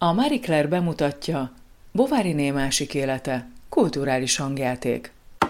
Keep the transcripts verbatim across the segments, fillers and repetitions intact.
A Marie Claire bemutatja Bovary másik élete, kulturális hangjáték.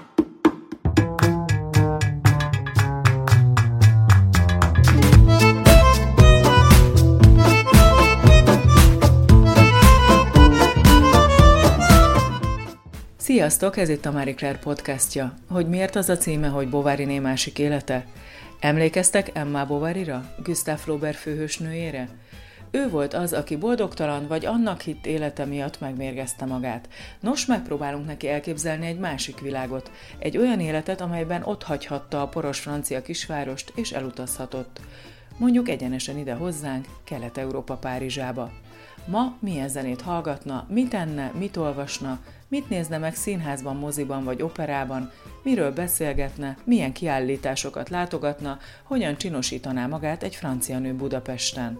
Sziasztok, ez itt a Marie Claire podcastja. Hogy miért az a címe, hogy Bovary másik élete? Emlékeztek Emma Bovaryra, Gustave Flaubert főhősnőjére? Ő volt az, aki boldogtalan vagy annak hitt élete miatt megmérgezte magát. Nos, megpróbálunk neki elképzelni egy másik világot, egy olyan életet, amelyben otthagyhatta a poros francia kisvárost és elutazhatott. Mondjuk egyenesen ide hozzánk, Kelet-Európa Párizsába. Ma milyen zenét hallgatna, mit enne, mit olvasna, mit nézne meg színházban, moziban vagy operában, miről beszélgetne, milyen kiállításokat látogatna, hogyan csinosítaná magát egy francia nő Budapesten.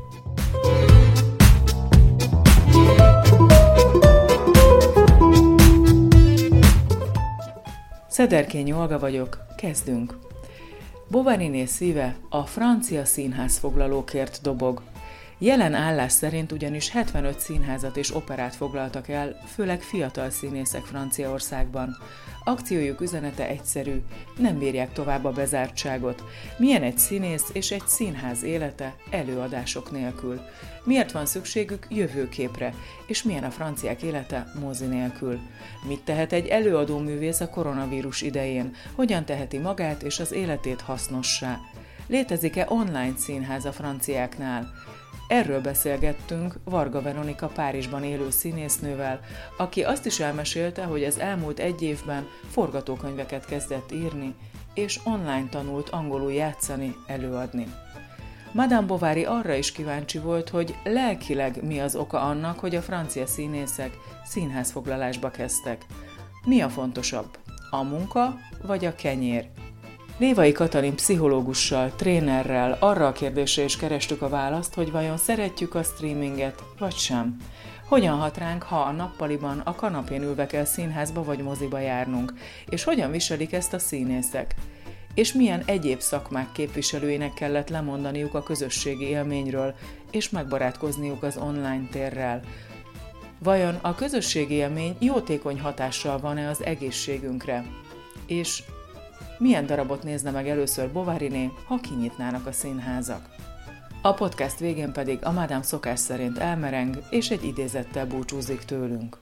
Szederkényi Olga vagyok, kezdünk! Bovary szíve a francia színházfoglalókért dobog. Jelen állás szerint ugyanis hetvenöt színházat és operát foglaltak el, főleg fiatal színészek Franciaországban. Akciójuk üzenete egyszerű, nem bírják tovább a bezártságot. Milyen egy színész és egy színház élete előadások nélkül? Miért van szükségük jövőképre? És milyen a franciák élete mozi nélkül? Mit tehet egy előadó művész a koronavírus idején? Hogyan teheti magát és az életét hasznossá? Létezik-e online színház a franciáknál? Erről beszélgettünk Varga Veronika Párizsban élő színésznővel, aki azt is elmesélte, hogy az elmúlt egy évben forgatókönyveket kezdett írni, és online tanult angolul játszani, előadni. Madame Bovary arra is kíváncsi volt, hogy lelkileg mi az oka annak, hogy a francia színészek színházfoglalásba kezdtek. Mi a fontosabb? A munka vagy a kenyér? Lévai Katalin pszichológussal, trénerrel arra a kérdésre is kerestük a választ, hogy vajon szeretjük a streaminget, vagy sem. Hogyan hat ránk, ha a nappaliban a kanapén ülve kell színházba vagy moziba járnunk, és hogyan viselik ezt a színészek? És milyen egyéb szakmák képviselőinek kellett lemondaniuk a közösségi élményről, és megbarátkozniuk az online térrel? Vajon a közösségi élmény jótékony hatással van-e az egészségünkre? És milyen darabot nézne meg először Bovaryné, ha kinyitnának a színházak? A podcast végén pedig a Madame szokás szerint elmereng, és egy idézettel búcsúzik tőlünk.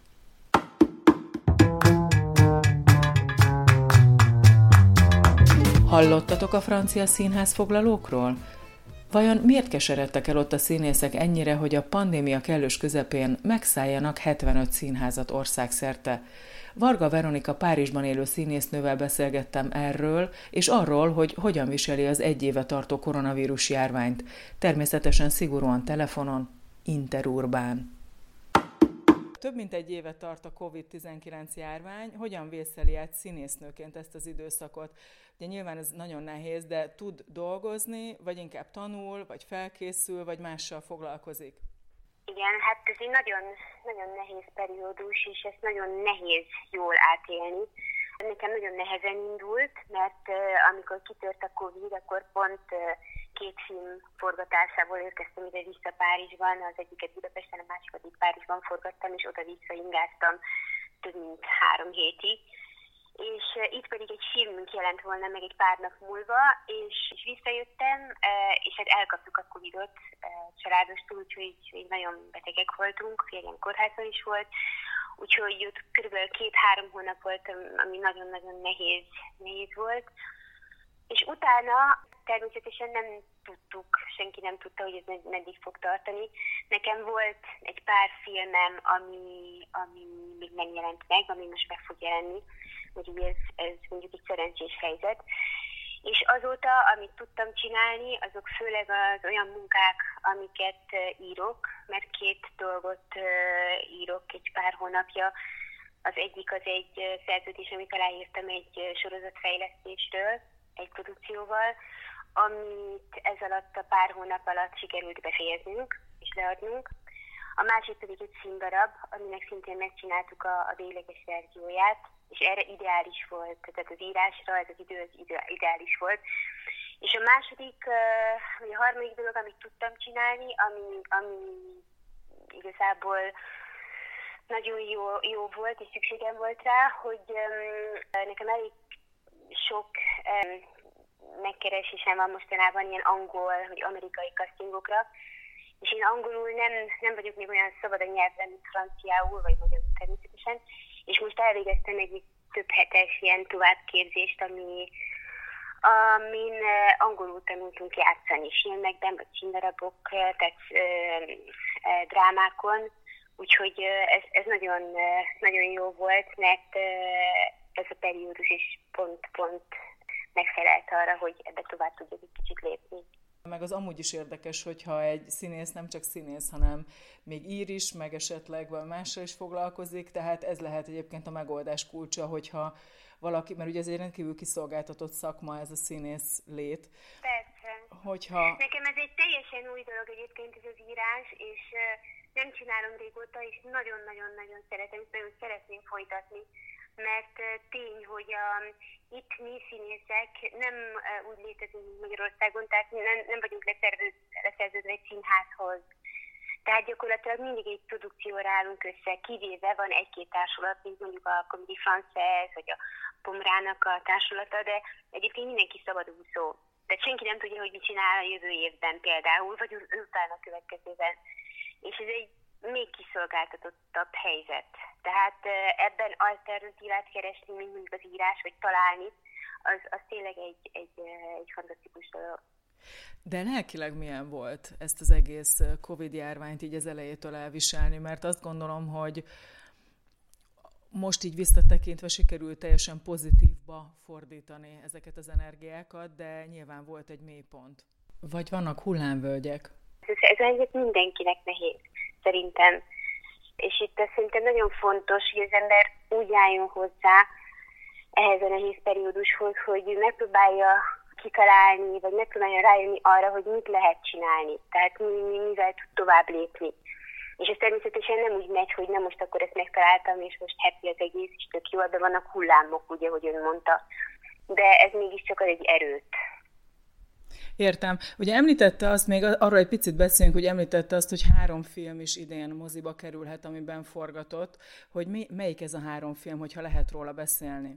Hallottatok a francia színházfoglalókról? Vajon miért keseredtek el ott a színészek ennyire, hogy a pandémia kellős közepén megszálljanak hetvenöt színházat országszerte? Varga Veronika Párizsban élő színésznővel beszélgettem erről, és arról, hogy hogyan viseli az egy éve tartó koronavírus járványt. Természetesen szigorúan telefonon, interurbán. Több mint egy éve tart a kovid tizenkilenc járvány. Hogyan vészeli át színésznőként ezt az időszakot? Ugye nyilván ez nagyon nehéz, de tud dolgozni, vagy inkább tanul, vagy felkészül, vagy mással foglalkozik? Igen, hát ez egy nagyon, nagyon nehéz periódus, és ezt nagyon nehéz jól átélni. Nekem nagyon nehezen indult, mert uh, amikor kitört a Covid, akkor pont uh, két film forgatásából érkeztem ide vissza Párizsban, az egyiket Budapesten, a másikat itt Párizsban forgattam, és oda-vissza ingáztam több mint három hétig. És uh, itt pedig egy filmünk jelent volna meg egy pár nap múlva, és, és visszajöttem, uh, és hát elkaptuk a Covidot uh, családostól, úgyhogy nagyon betegek voltunk, férjem kórházban is volt, úgyhogy ott kb. két-három hónap volt, ami nagyon-nagyon nehéz, nehéz volt. És utána természetesen nem tudtuk, senki nem tudta, hogy ez meddig fog tartani. Nekem volt egy pár filmem, ami, ami még nem jelent meg, ami most meg fog jelenni, úgyhogy ez, ez mondjuk egy szerencsés helyzet. És azóta, amit tudtam csinálni, azok főleg az olyan munkák, amiket írok, mert két dolgot írok egy pár hónapja. Az egyik az egy szerződés, amit aláírtam egy sorozatfejlesztésről, egy produkcióval, amit ez alatt a pár hónap alatt sikerült befejeznünk és leadnunk. A másik pedig egy színdarab, aminek szintén megcsináltuk a, a végleges verzióját, és erre ideális volt, tehát az írásra ez az idő az ideális volt. És a második, vagy a harmadik dolog, amit tudtam csinálni, ami, ami igazából nagyon jó, jó volt, és szükségem volt rá, hogy um, nekem elég sok um, megkeresésem van mostanában ilyen angol vagy amerikai castingokra, és én angolul nem, nem vagyok még olyan szabad a nyelven, mint franciául, vagy magyarul természetesen, és most elvégeztem egy több hetes ilyen továbbképzést, ami, amin angolul tanultunk játszani filmekben, vagy színdarabok, tehát ö, ö, drámákon, úgyhogy ez, ez nagyon, nagyon jó volt, mert ez a periódus is pont-pont megfelelt arra, hogy ebbe tovább tudjuk egy kicsit lépni. Meg az amúgy is érdekes, hogyha egy színész nem csak színész, hanem még ír is, meg esetleg valami mással is foglalkozik, tehát ez lehet egyébként a megoldás kulcsa, hogyha valaki, mert ugye ez egy rendkívül kiszolgáltatott szakma, ez a színész lét. Persze. Hogyha... Nekem ez egy teljesen új dolog egyébként ez az írás, és nem csinálom régóta, és nagyon-nagyon-nagyon szeretem, és nagyon szeretném folytatni, mert tény, hogy a, itt mi színészek nem úgy létezünk Magyarországon, tehát nem, nem vagyunk leszerződve egy színházhoz. Tehát gyakorlatilag mindig egy produkcióra állunk össze, kivéve van egy-két társulat, mint mondjuk a Comédie Française, vagy a Pomrának a társulata, de egyébként mindenki szabadúszó. Tehát senki nem tudja, hogy mit csinál a jövő évben például, vagy utána a következőben. És ez egy még kiszolgáltatottabb helyzet. Tehát ebben alternatívát keresni, mint mondjuk az írás, vagy találni, az, az tényleg egy, egy, egy fantasztikus dolog. De lelkileg milyen volt ezt az egész Covid-járványt így az elejétől elviselni? Mert azt gondolom, hogy most így visszatekintve sikerült teljesen pozitívba fordítani ezeket az energiákat, de nyilván volt egy mélypont. Vagy vannak hullámvölgyek? Ez, ez ez mindenkinek nehéz, szerintem. És itt szerintem nagyon fontos, hogy az ember úgy álljon hozzá ehhez a nehéz periódushoz, hogy megpróbálja kitalálni, vagy megpróbálja rájönni arra, hogy mit lehet csinálni. Tehát mi, mi, mivel tud tovább lépni. És ez természetesen nem úgy megy, hogy nem most akkor ezt megtaláltam, és most happy az egész, és tök jó, de vannak hullámok, ugye, hogy ön mondta. De ez mégiscsak ad egy erőt. Értem. Ugye említette azt, még arról egy picit beszéljünk, hogy említette azt, hogy három film is idén moziba kerülhet, amiben forgatott, hogy mi, melyik ez a három film, hogyha lehet róla beszélni?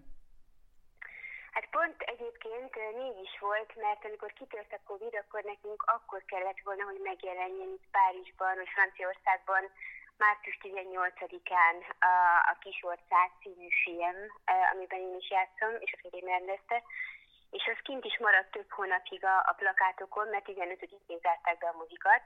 Hát pont egyébként négy is volt, mert amikor kitört a Covid, akkor nekünk akkor kellett volna, hogy megjelenjen itt Párizsban, vagy Franciaországban március tizennyolcadikán a, a Kisország című film, amiben én is játszom, és a férjem rendezte, és az kint is maradt több hónapig a, a plakátokon, mert tizenötödikén zárták be a mozikat.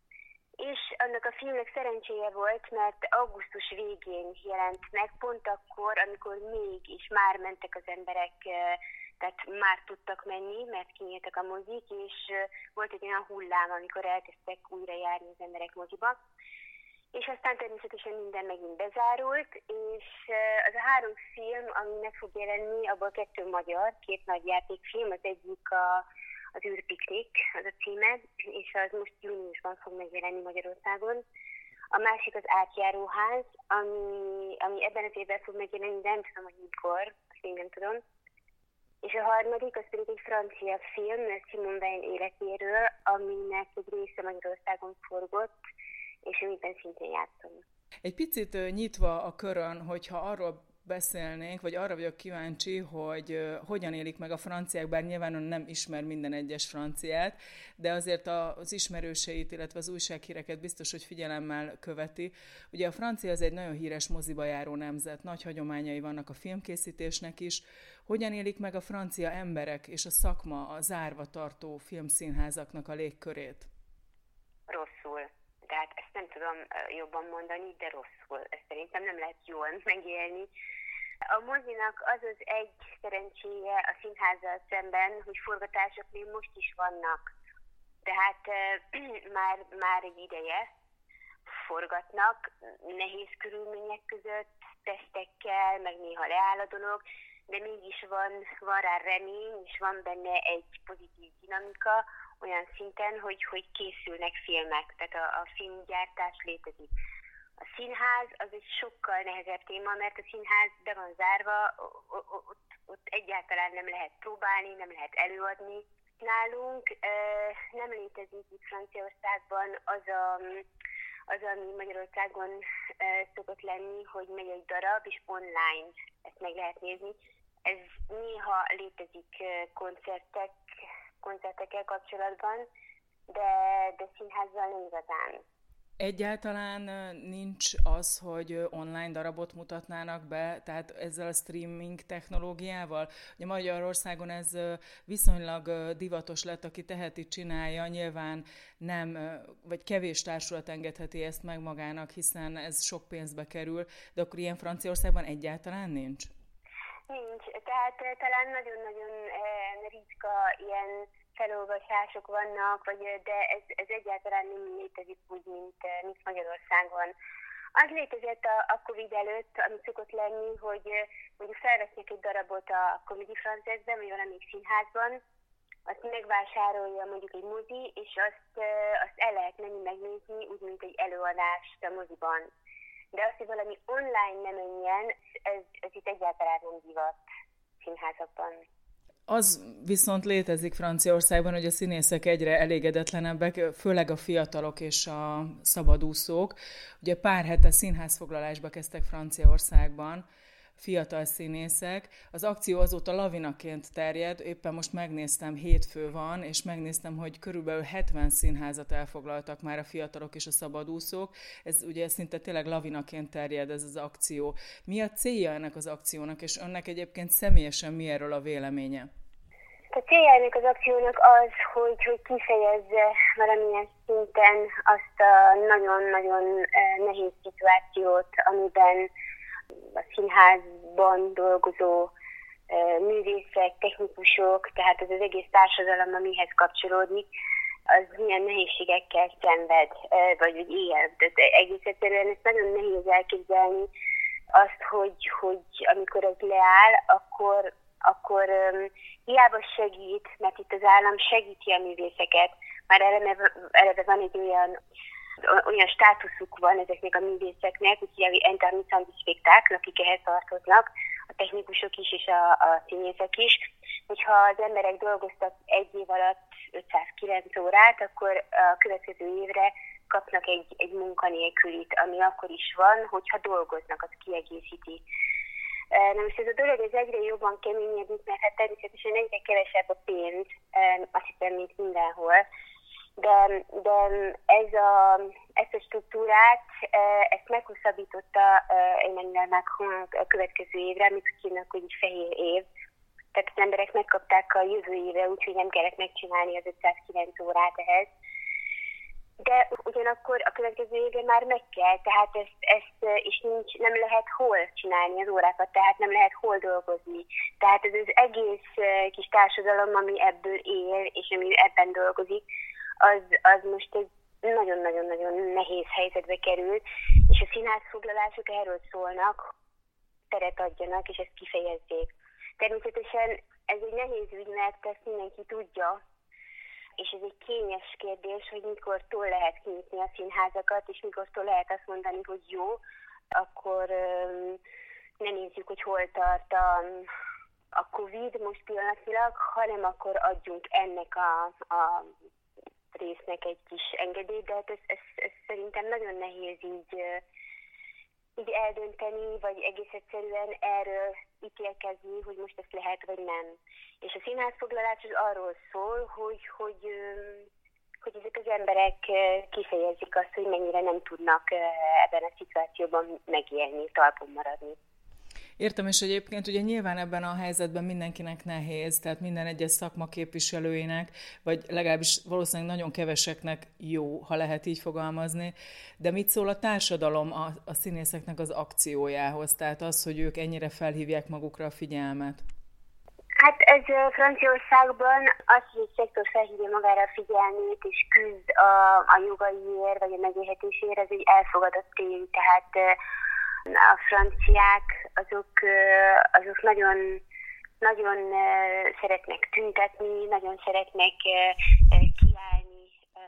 És annak a filmnek szerencséje volt, mert augusztus végén jelent meg, pont akkor, amikor még és már mentek az emberek, tehát már tudtak menni, mert kinyíltak a mozik, és volt egy olyan hullám, amikor elkezdtek újra járni az emberek moziba. És aztán természetesen minden megint bezárult, és az a három film, ami meg fog jelenni, abból kettő magyar, két nagy játékfilm, az egyik a az űrpiknik, az a címe, és az most júniusban fog megjelenni Magyarországon. A másik az Átjáróház, ami, ami ebben az évben fog megjelenni, de nem tudom, hogy mikor, azt én nem tudom. És a harmadik, az pedig egy francia film, Simone Weil életéről, aminek egy része Magyarországon forgott, és amiben szintén játszom. Egy picit nyitva a körön, hogyha arról beszélnénk, vagy arra vagyok kíváncsi, hogy uh, hogyan élik meg a franciák, bár nyilván nem ismer minden egyes franciát, de azért az ismerőseit, illetve az újsághíreket biztos, hogy figyelemmel követi. Ugye a francia az egy nagyon híres moziba járó nemzet, nagy hagyományai vannak a filmkészítésnek is. Hogyan élik meg a francia emberek és a szakma a zárva tartó filmszínházaknak a légkörét? Rosszul. Tehát ezt nem tudom jobban mondani, de rosszul. Ezt szerintem nem lehet jól megélni. A mozinak az az egy szerencséje a színházzal szemben, hogy forgatások még most is vannak. Tehát már, már egy ideje forgatnak, nehéz körülmények között, tesztekkel, meg néha leáll a dolog, de mégis van, van rá remény, és van benne egy pozitív dinamika, olyan szinten, hogy, hogy készülnek filmek, tehát a, a filmgyártás létezik. A színház az egy sokkal nehezebb téma, mert a színház be van zárva, ott, ott egyáltalán nem lehet próbálni, nem lehet előadni. Nálunk nem létezik itt Franciaországban az a, az, ami Magyarországon szokott lenni, hogy megy egy darab, és online ezt meg lehet nézni. Ez néha létezik koncertek, koncertekkel kapcsolatban, de, de színházzal nem igazán. Egyáltalán nincs az, hogy online darabot mutatnának be, tehát ezzel a streaming technológiával? Ugye Magyarországon ez viszonylag divatos lett, aki teheti, csinálja, nyilván nem, vagy kevés társulat engedheti ezt meg magának, hiszen ez sok pénzbe kerül, de akkor ilyen Franciaországban egyáltalán nincs? Nincs, tehát talán nagyon-nagyon ritka ilyen felolvasások vannak, vagy, de ez, ez egyáltalán nem létezik úgy, mint, mint Magyarországon. Az létezett a, a Covid előtt, ami szokott lenni, hogy mondjuk felvesznek egy darabot a Comedy Française-ben, vagy valamelyik színházban, azt megvásárolja mondjuk egy mozi, és azt, azt el lehet menni megnézni, úgy, mint egy előadást a moziban. De az, hogy valami online nem menjen, ez, ez itt egyáltalán nem divat színházakban. Az viszont létezik Franciaországban, hogy a színészek egyre elégedetlenebbek, főleg a fiatalok és a szabadúszók. Ugye pár hete színházfoglalásba kezdtek Franciaországban fiatal színészek. Az akció azóta lavinaként terjed, éppen most megnéztem, hétfő van, és megnéztem, hogy körülbelül hetven színházat elfoglaltak már a fiatalok és a szabadúszók. Ez ugye szinte tényleg lavinaként terjed ez az akció. Mi a célja ennek az akciónak, és önnek egyébként személyesen mi erről a véleménye? A célja ennek az akciónak az, hogy, hogy kifejezze valamilyen szinten azt a nagyon-nagyon nehéz szituációt, amiben a színházban dolgozó művészek, technikusok, tehát ez az egész társadalom, amihez kapcsolódik, az milyen nehézségekkel szenved, vagy, vagy él. De egész egyszerűen ezt nagyon nehéz elképzelni azt, hogy, hogy amikor ez leáll, akkor, akkor um, hiába segít, mert itt az állam segíti a művészeket. Már eleve, eleve van egy olyan olyan státuszuk van ezeknek a művészeknek, úgyhogy intermittent spectacle, akik ehhez tartoznak, a technikusok is és a, a színészek is, hogyha az emberek dolgoztak egy év alatt ötszázkilenc órát, akkor a következő évre kapnak egy, egy munkanélkülit, ami akkor is van, hogyha dolgoznak, az kiegészíti. Na most ez a dolog ez egyre jobban keményedik, mert hát természetesen egyre kevesebb a pénz, azt hiszem, mint mindenhol. De, de ez a, ezt a struktúrát, ezt meghosszabbította Emmanuel Macron a következő évre, amit hívnak, hogy egy fehér év. Tehát az emberek megkapták a jövő évre, úgyhogy nem kellett megcsinálni az ötszázkilenc órát ehhez. De ugyanakkor a következő évre már meg kell, tehát ezt, ezt és nincs, nem lehet hol csinálni az órákat, tehát nem lehet hol dolgozni. Tehát ez az egész kis társadalom, ami ebből él, és ami ebben dolgozik, az, az most egy nagyon-nagyon-nagyon nehéz helyzetbe került, és a színházfoglalások erről szólnak, teret adjanak, és ezt kifejezzék. Természetesen ez egy nehéz ügy, mert ezt mindenki tudja, és ez egy kényes kérdés, hogy mikortól lehet kinyitni a színházakat, és mikortól lehet azt mondani, hogy jó, akkor um, ne nézzük, hogy hol tart a, a Covid most pillanatnyilag, hanem akkor adjunk ennek a, a résznek egy kis engedélyt, de hát ez, ez, ez szerintem nagyon nehéz így, így eldönteni, vagy egész egyszerűen erről ítélkezni, hogy most ezt lehet, vagy nem. És a színházfoglalás az arról szól, hogy, hogy, hogy ezek az emberek kifejezik azt, hogy mennyire nem tudnak ebben a szituációban megélni, talpon maradni. Értem, és egyébként ugye nyilván ebben a helyzetben mindenkinek nehéz, tehát minden egyes szakma képviselőinek, vagy legalábbis valószínűleg nagyon keveseknek jó, ha lehet így fogalmazni, de mit szól a társadalom a, a színészeknek az akciójához, tehát az, hogy ők ennyire felhívják magukra a figyelmet? Hát ez Franciaországban az, hogy egy szektor felhívja magára a figyelmét és küzd a, a jogaiért, vagy a megélhetésért, ez egy elfogadott tény, tehát a franciák azok, azok nagyon, nagyon szeretnek tüntetni, nagyon szeretnek kiállni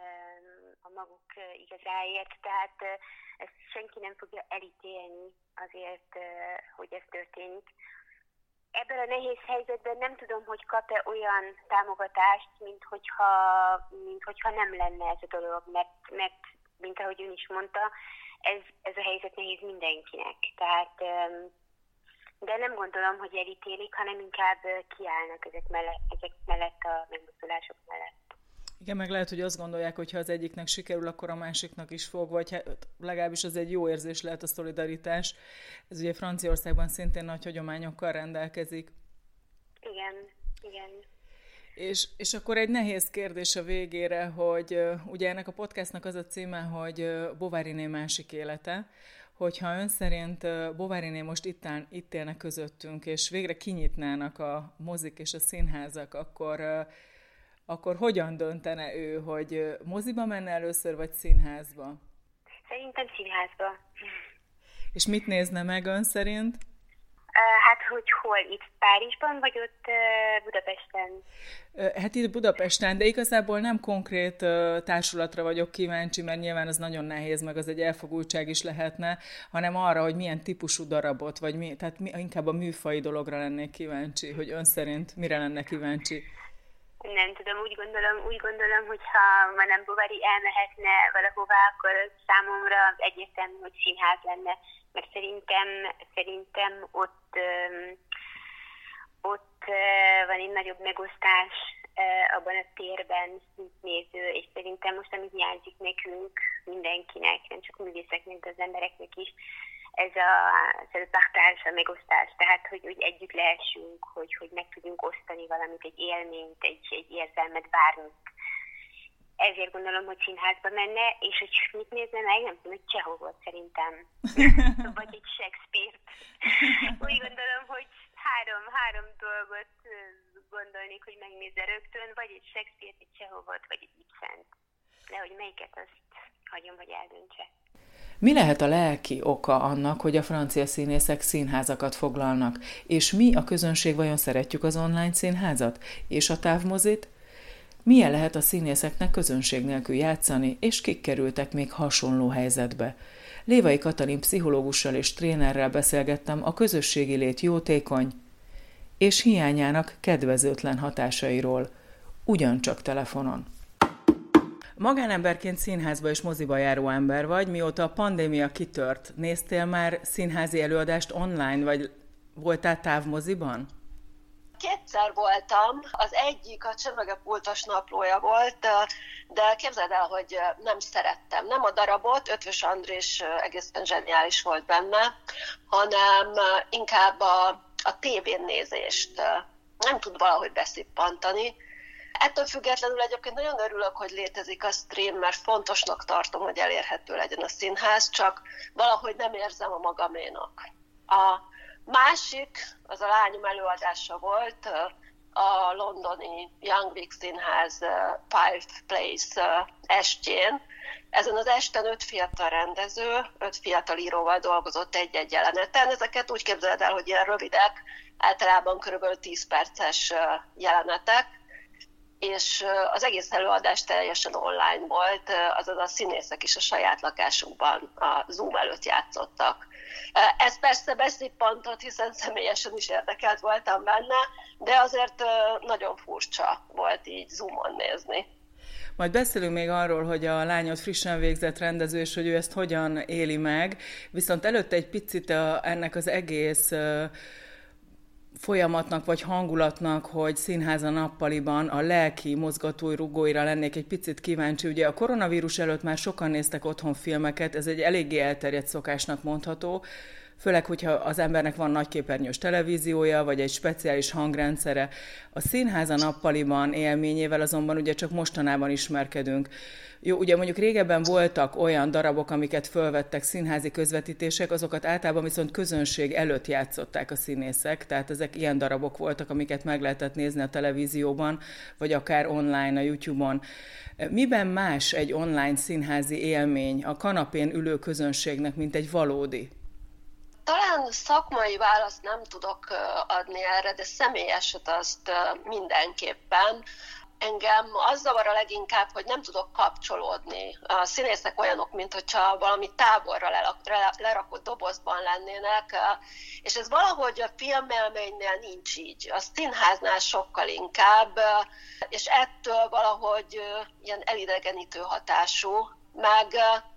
a maguk igazáért, tehát ezt senki nem fogja elítélni azért, hogy ez történik. Ebben a nehéz helyzetben nem tudom, hogy kap-e olyan támogatást, mint hogyha, mint hogyha nem lenne ez a dolog, mert, mert mint ahogy ön is mondta, ez, ez a helyzet nehéz mindenkinek. Tehát, de nem gondolom, hogy elítélik, hanem inkább kiállnak ezek mellett, ezek mellett a megmozdulások mellett. Igen, meg lehet, hogy azt gondolják, hogy ha az egyiknek sikerül, akkor a másiknak is fog, vagy hát legalábbis az egy jó érzés lehet a szolidaritás. Ez ugye Franciaországban szintén nagy hagyományokkal rendelkezik. Igen, igen. És, és akkor egy nehéz kérdés a végére, hogy uh, ugye ennek a podcastnak az a címe, hogy uh, Bovaryné másik élete, hogyha ön szerint uh, Bovaryné most itt, áll, itt élnek közöttünk, és végre kinyitnának a mozik és a színházak, akkor, uh, akkor hogyan döntene ő, hogy uh, moziba menne először, vagy színházba? Szerintem színházba. És mit nézne meg ön szerint? Hát, hogy hol? Itt Párizsban, vagy ott Budapesten? Hát itt Budapesten, de igazából nem konkrét társulatra vagyok kíváncsi, mert nyilván az nagyon nehéz, meg az egy elfogultság is lehetne, hanem arra, hogy milyen típusú darabot, vagy mi, tehát inkább a műfaji dologra lennék kíváncsi, hogy ön szerint mire lenne kíváncsi? Nem tudom, úgy gondolom, úgy gondolom, hogy ha Madame Bovary elmehetne valahová, akkor számomra egyértelmű, hogy színház lenne, mert szerintem, szerintem ott, öm, ott öm, van egy nagyobb megosztás öm, abban a térben, mint néző, és szerintem most, amit hiányzik nekünk, mindenkinek, nem csak művészeknek, de az embereknek is, ez a, ez a partage, a megosztás, tehát, hogy, hogy együtt lehessünk, hogy, hogy meg tudjunk osztani valamit, egy élményt, egy, egy érzelmet, bármit. Ezért gondolom, hogy színházba menne, és hogy mit nézne meg, nem tudom, hogy Csehovot szerintem, vagy egy Shakespeare-t. Úgy gondolom, hogy három, három dolgot gondolnék, hogy megnézze rögtön, vagy egy Shakespeare-t, egy Csehovot, vagy egy Ibsent. De hogy melyiket, azt hagyom, hogy eldöntse. Mi lehet a lelki oka annak, hogy a francia színészek színházakat foglalnak? És mi, a közönség, vajon szeretjük az online színházat? És a távmozit? Milyen lehet a színészeknek közönség nélkül játszani, és kik kerültek még hasonló helyzetbe? Lévai Katalin pszichológussal és trénerrel beszélgettem a közösségi lét jótékony és hiányának kedvezőtlen hatásairól, ugyancsak telefonon. Magánemberként színházba és moziba járó ember vagy, mióta a pandémia kitört. Néztél már színházi előadást online, vagy voltál távmoziban? Kétszer voltam, az egyik a Csörögepultos naplója volt, de képzeld el, hogy nem szerettem. Nem a darabot, Ötvös Andrés egészen zseniális volt benne, hanem inkább a, a tévén nézést. Nem tud valahogy beszippantani. Ettől függetlenül egyébként nagyon örülök, hogy létezik a stream, mert fontosnak tartom, hogy elérhető legyen a színház, csak valahogy nem érzem a magaménak. A másik, az a lányom előadása volt, a londoni Young Vic Színház Five Place estjén. Ezen az esten öt fiatal rendező, öt fiatal íróval dolgozott egy-egy jeleneten. Ezeket úgy képzeld el, hogy ilyen rövidek, általában kb. tíz perces jelenetek, és az egész előadás teljesen online volt, azaz a színészek is a saját lakásukban a Zoom előtt játszottak. Ez persze beszippantott, hiszen személyesen is érdekelt voltam benne, de azért nagyon furcsa volt így Zoomon nézni. Majd beszélünk még arról, hogy a lányod frissen végzett rendező, és hogy ő ezt hogyan éli meg, viszont előtte egy picit a, ennek az egész folyamatnak vagy hangulatnak, hogy színháza nappaliban a lelki mozgatói rugóira lennék egy picit kíváncsi. Ugye a koronavírus előtt már sokan néztek otthon filmeket, ez egy eléggé elterjedt szokásnak mondható, főleg, hogyha az embernek van nagyképernyős televíziója, vagy egy speciális hangrendszere. A színháza nappaliban élményével azonban ugye csak mostanában ismerkedünk. Jó, ugye mondjuk régebben voltak olyan darabok, amiket fölvettek színházi közvetítések, azokat általában viszont közönség előtt játszották a színészek, tehát ezek ilyen darabok voltak, amiket meg lehetett nézni a televízióban, vagy akár online, a YouTube-on. Miben más egy online színházi élmény a kanapén ülő közönségnek, mint egy valódi? Talán szakmai választ nem tudok adni erre, de személyeset azt mindenképpen. Engem az zavar a leginkább, hogy nem tudok kapcsolódni. A színészek olyanok, mintha valami távolra lerakott dobozban lennének, és ez valahogy a filmélménynél nincs így. A színháznál sokkal inkább, és ettől valahogy ilyen elidegenítő hatású. meg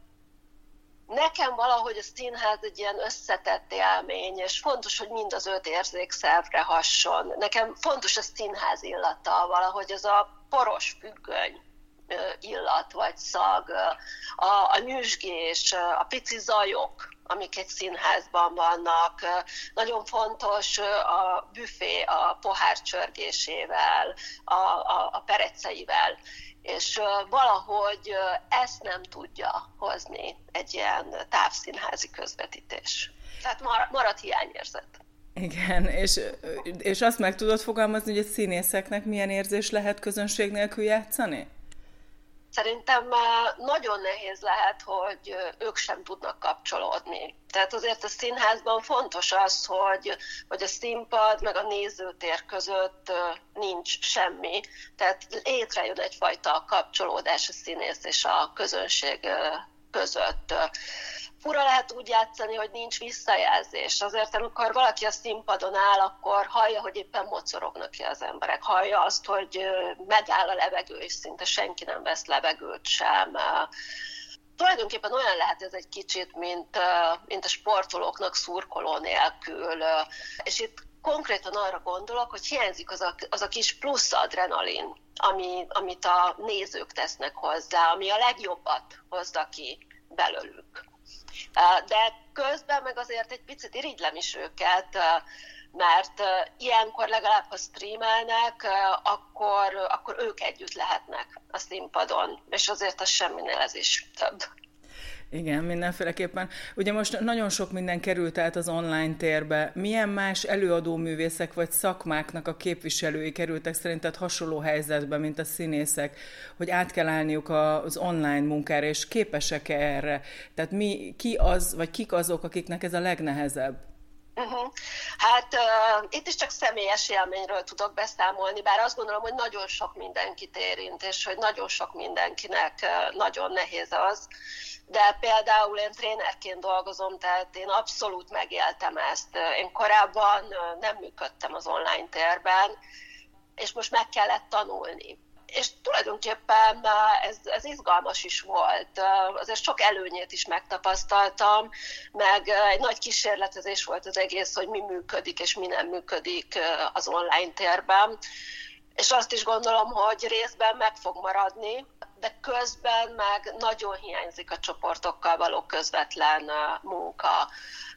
nekem valahogy a színház egy ilyen összetett élmény, és fontos, hogy mind az öt érzékszervre hasson. Nekem fontos a színház illata, valahogy az a poros függöny illat vagy szag, a, a nyüzsgés, a pici zajok, amik egy színházban vannak. Nagyon fontos a büfé a pohár csörgésével, a, a, a pereceivel, és valahogy ezt nem tudja hozni egy ilyen távszínházi közvetítés. Tehát marad hiányérzet. Igen, és, és azt meg tudod fogalmazni, hogy a színészeknek milyen érzés lehet közönség nélkül játszani? Szerintem nagyon nehéz lehet, hogy ők sem tudnak kapcsolódni. Tehát azért a színházban fontos az, hogy, hogy a színpad meg a nézőtér között nincs semmi. Tehát létrejön egyfajta kapcsolódás a színész és a közönség között. Fura lehet úgy játszani, hogy nincs visszajelzés. Azért, amikor valaki a színpadon áll, akkor hallja, hogy éppen mocorognak ki az emberek. Hallja azt, hogy megáll a levegő, és szinte senki nem vesz levegőt sem. Tulajdonképpen olyan lehet ez egy kicsit, mint, mint a sportolóknak szurkoló nélkül. És itt konkrétan arra gondolok, hogy hiányzik az a, az a kis plusz adrenalin, ami, amit a nézők tesznek hozzá, ami a legjobbat hozza ki belőlük. De közben meg azért egy picit irigylem is őket, mert ilyenkor legalább, ha streamelnek, akkor, akkor ők együtt lehetnek a színpadon, és azért az semminél ez is több. Igen, mindenféleképpen. Ugye most nagyon sok minden került át az online térbe. Milyen más előadóművészek vagy szakmáknak a képviselői kerültek szerinted hasonló helyzetbe, mint a színészek, hogy át kell állniuk az online munkára, és képesek-e erre? Tehát mi, ki az, vagy kik azok, akiknek ez a legnehezebb? Uh-huh. Hát uh, itt is csak személyes élményről tudok beszámolni, bár azt gondolom, hogy nagyon sok mindenkit érint, és hogy nagyon sok mindenkinek uh, nagyon nehéz az. De például én trénerként dolgozom, tehát én abszolút megéltem ezt. Én korábban uh, nem működtem az online térben, és most meg kellett tanulni. És tulajdonképpen ez, ez izgalmas is volt. Azért sok előnyét is megtapasztaltam, meg egy nagy kísérletezés volt az egész, hogy mi működik és mi nem működik az online térben. És azt is gondolom, hogy részben meg fog maradni, de közben meg nagyon hiányzik a csoportokkal való közvetlen munka.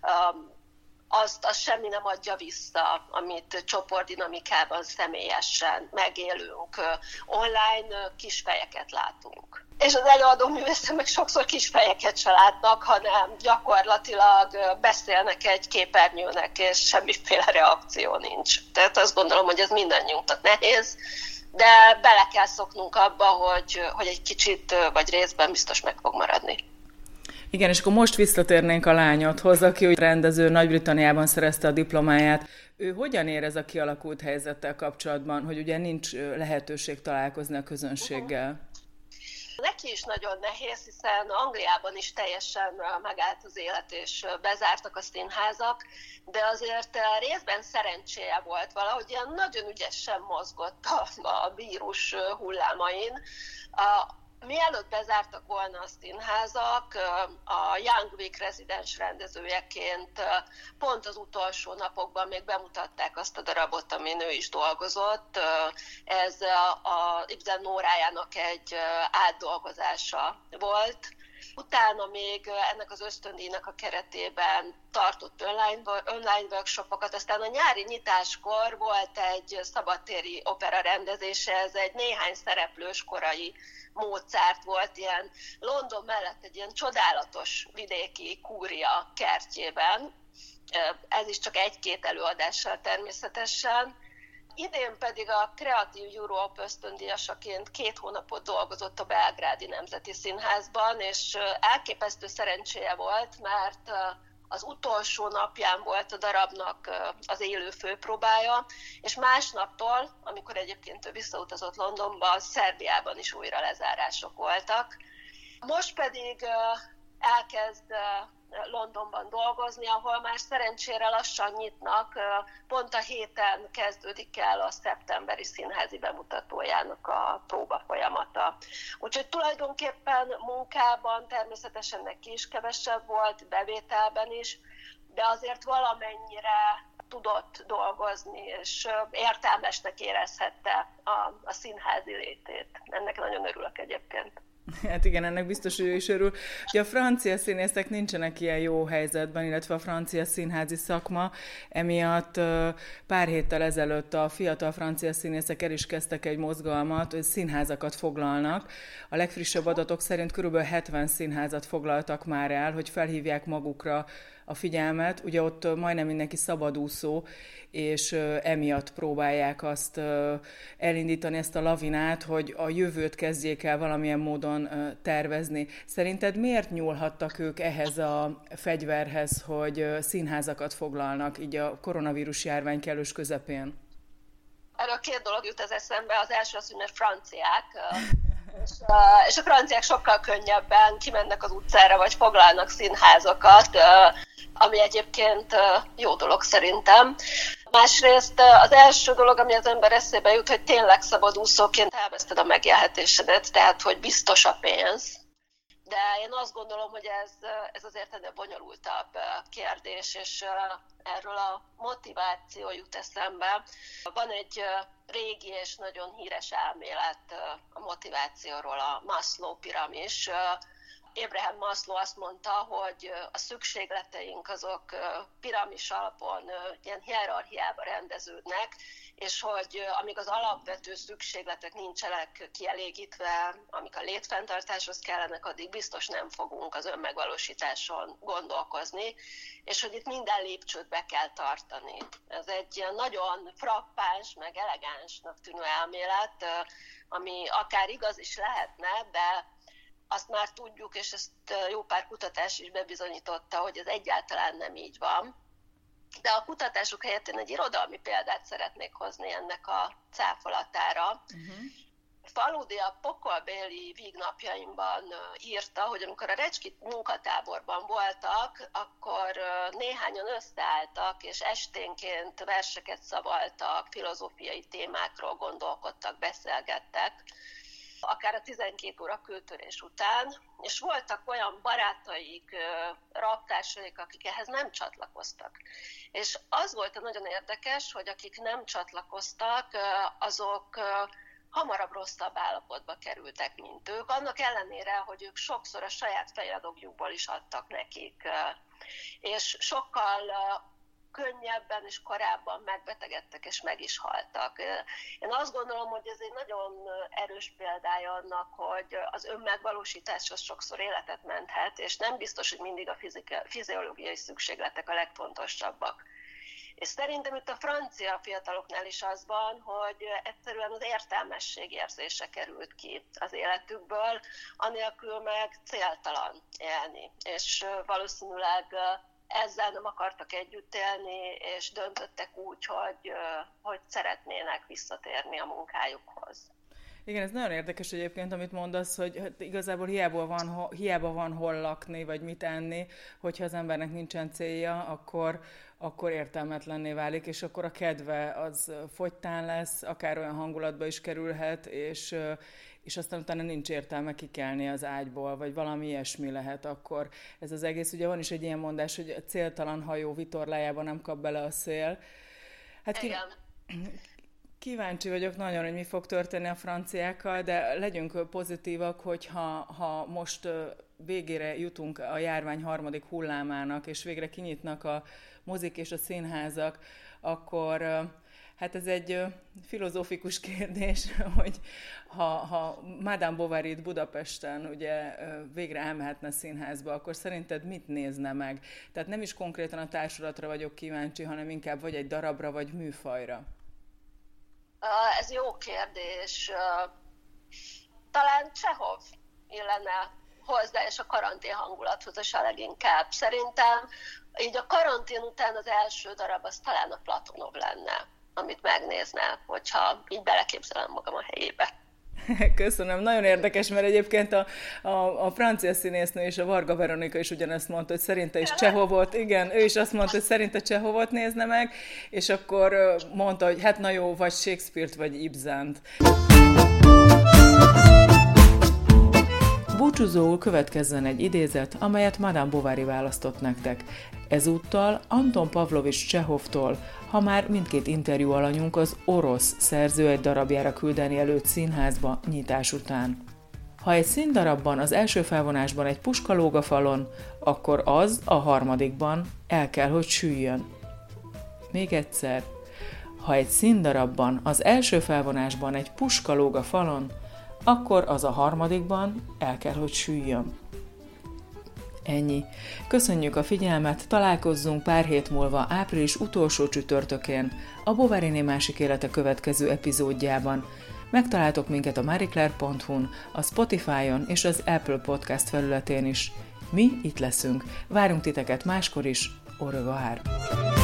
Azt, azt semmi nem adja vissza, amit csoportdinamikában személyesen megélünk. Online kisfejeket látunk. És az előadó művészek meg sokszor kisfejeket se látnak, hanem gyakorlatilag beszélnek egy képernyőnek, és semmiféle reakció nincs. Tehát azt gondolom, hogy ez mindannyiunknak nehéz, de bele kell szoknunk abba, hogy, hogy egy kicsit vagy részben biztos meg fog maradni. Igen, és akkor most visszatérnénk a lányodhoz, aki úgy rendező, Nagy-Britanniában szerezte a diplomáját. Ő hogyan érez a kialakult helyzettel kapcsolatban, hogy ugye nincs lehetőség találkozni a közönséggel? Uh-huh. Neki is nagyon nehéz, hiszen Angliában is teljesen megállt az élet, és bezártak a színházak, de azért részben szerencséje volt, valahogy ilyen nagyon ügyesen mozgott a, a vírus hullámain. A, Mielőtt bezártak volna a színházak, a Young Week rezidens rendezőjeként pont az utolsó napokban még bemutatták azt a darabot, amin ő is dolgozott. Ez a Ibsen Nórájának egy átdolgozása volt. Utána még ennek az ösztöndíjnak a keretében tartott online, online workshopokat, aztán a nyári nyitáskor volt egy szabadtéri opera rendezése, ez egy néhány szereplős korai Mozart volt, ilyen London mellett egy ilyen csodálatos vidéki kúria kertjében, ez is csak egy-két előadással természetesen. Idén pedig a Creative Europe ösztöndíjasaként két hónapot dolgozott a Belgrádi Nemzeti Színházban, és elképesztő szerencséje volt, mert az utolsó napján volt a darabnak az élő főpróbája, és másnaptól, amikor egyébként ő visszautazott Londonba, Szerbiában is újra lezárások voltak. Most pedig elkezd Londonban dolgozni, ahol már szerencsére lassan nyitnak, pont a héten kezdődik el a szeptemberi színházi bemutatójának a próba folyamata. Úgyhogy tulajdonképpen munkában természetesen neki is kevesebb volt, bevételben is, de azért valamennyire tudott dolgozni, és értelmesnek érezhette a, a színházi létét. Ennek nagyon örülök egyébként. Hát igen, ennek biztos, hogy ő is örül. Ugye a francia színészek nincsenek ilyen jó helyzetben, illetve a francia színházi szakma, emiatt pár héttel ezelőtt a fiatal francia színészek el is kezdtek egy mozgalmat, hogy színházakat foglalnak. A legfrissebb adatok szerint körülbelül hetven színházat foglaltak már el, hogy felhívják magukra a figyelmet. Ugye ott majdnem mindenki szabadúszó, és emiatt próbálják azt elindítani, ezt a lavinát, hogy a jövőt kezdjék el valamilyen módon tervezni. Szerinted miért nyúlhattak ők ehhez a fegyverhez, hogy színházakat foglalnak így a koronavírus járvány kellős közepén? Erről két dolog jut az eszembe. Az első az, hogy mert franciák, és, és a franciák sokkal könnyebben kimennek az utcára, vagy foglalnak színházakat, ami egyébként jó dolog szerintem. Másrészt az első dolog, ami az ember eszébe jut, hogy tényleg szabadúszóként elveszted a megélhetésedet, tehát hogy biztos a pénz. De én azt gondolom, hogy ez, ez azért ennél bonyolultabb kérdés, és erről a motiváció jut eszembe. Van egy régi és nagyon híres elmélet a motivációról, a Maslow piramis. Abraham Maslow azt mondta, hogy a szükségleteink azok piramis alapon ilyen hierarchiába rendeződnek, és hogy amíg az alapvető szükségletek nincsenek kielégítve, amik a létfenntartáshoz kellenek, addig biztos nem fogunk az önmegvalósításon gondolkozni, és hogy itt minden lépcsőt be kell tartani. Ez egy nagyon frappáns, meg elegánsnak tűnő elmélet, ami akár igaz is lehetne, de azt már tudjuk, és ezt jó pár kutatás is bebizonyította, hogy ez egyáltalán nem így van. De a kutatások helyett én egy irodalmi példát szeretnék hozni ennek a cáfolatára. Uh-huh. Faludi a pokolbéli vígnapjaimban írta, hogy amikor a Recski munkatáborban voltak, akkor néhányan összeálltak, és esténként verseket szavaltak, filozófiai témákról gondolkodtak, beszélgettek, akár a tizenkét óra kőtörés után, és voltak olyan barátaik, raktársaik, akik ehhez nem csatlakoztak. És az volt nagyon érdekes, hogy akik nem csatlakoztak, azok hamarabb rosszabb állapotba kerültek, mint ők, annak ellenére, hogy ők sokszor a saját fejadógjukból is adtak nekik, és sokkal könnyebben és korábban megbetegedtek és meg is haltak. Én azt gondolom, hogy ez egy nagyon erős példája annak, hogy az önmegvalósítás az sokszor életet menthet, és nem biztos, hogy mindig a fizika, fiziológiai szükségletek a legfontosabbak. És szerintem itt a francia fiataloknál is az van, hogy egyszerűen az értelmesség érzése került ki az életükből, anélkül meg céltalan élni. És valószínűleg ezzel nem akartak együtt élni, és döntöttek úgy, hogy, hogy szeretnének visszatérni a munkájukhoz. Igen, ez nagyon érdekes egyébként, amit mondasz, hogy hát igazából hiába van, hiába van hol lakni, vagy mit enni, hogyha az embernek nincsen célja, akkor, akkor értelmetlenné válik, és akkor a kedve az fogytán lesz, akár olyan hangulatba is kerülhet, és, és aztán utána nincs értelme kikelni az ágyból, vagy valami ilyesmi lehet akkor. Ez az egész, ugye van is egy ilyen mondás, hogy a céltalan hajó vitorlájába nem kap bele a szél. Hát ki... Kíváncsi vagyok nagyon, hogy mi fog történni a franciákkal, de legyünk pozitívak, hogy ha, ha most végére jutunk a járvány harmadik hullámának, és végre kinyitnak a mozik és a színházak, akkor hát ez egy filozófikus kérdés, hogy ha, ha Madame Bovary Budapesten ugye végre elmehetne színházba, akkor szerinted mit nézne meg? Tehát nem is konkrétan a társulatra vagyok kíváncsi, hanem inkább vagy egy darabra, vagy műfajra. Ez jó kérdés. Talán Csehov illene hozzá, és a karantén hangulathoz is a leginkább. Szerintem így a karantén után az első darab az talán a Platonov lenne, amit megnézne, hogyha így beleképzelem magam a helyébe. Köszönöm, nagyon érdekes, mert egyébként a, a, a francia színésznő és a Varga Veronika is ugyanezt mondta, hogy szerinte is Csehovot, igen, ő is azt mondta, hogy szerinte Csehovot nézne meg, és akkor mondta, hogy hát na jó, vagy Shakespeare-t, vagy Ibsent. Búcsúzóul következzen egy idézet, amelyet Madame Bovary választott nektek. Ezúttal Anton Pavlovics Csehovtól, ha már mindkét interjú alanyunk az Orosz szerző egy darabjára küldeni előtt színházba nyitás után. Ha egy színdarabban az első felvonásban egy puska lóg a falon, akkor az a harmadikban el kell, hogy süljön. Még egyszer. Ha egy színdarabban az első felvonásban egy puska lóg a falon, akkor az a harmadikban el kell, hogy süljön. Ennyi. Köszönjük a figyelmet, találkozzunk pár hét múlva április utolsó csütörtökén, a Bovaryné másik élete következő epizódjában. Megtaláltok minket a marie claire pont hu-n, a Spotify-on és az Apple Podcast felületén is. Mi itt leszünk. Várunk titeket máskor is. Au revoir!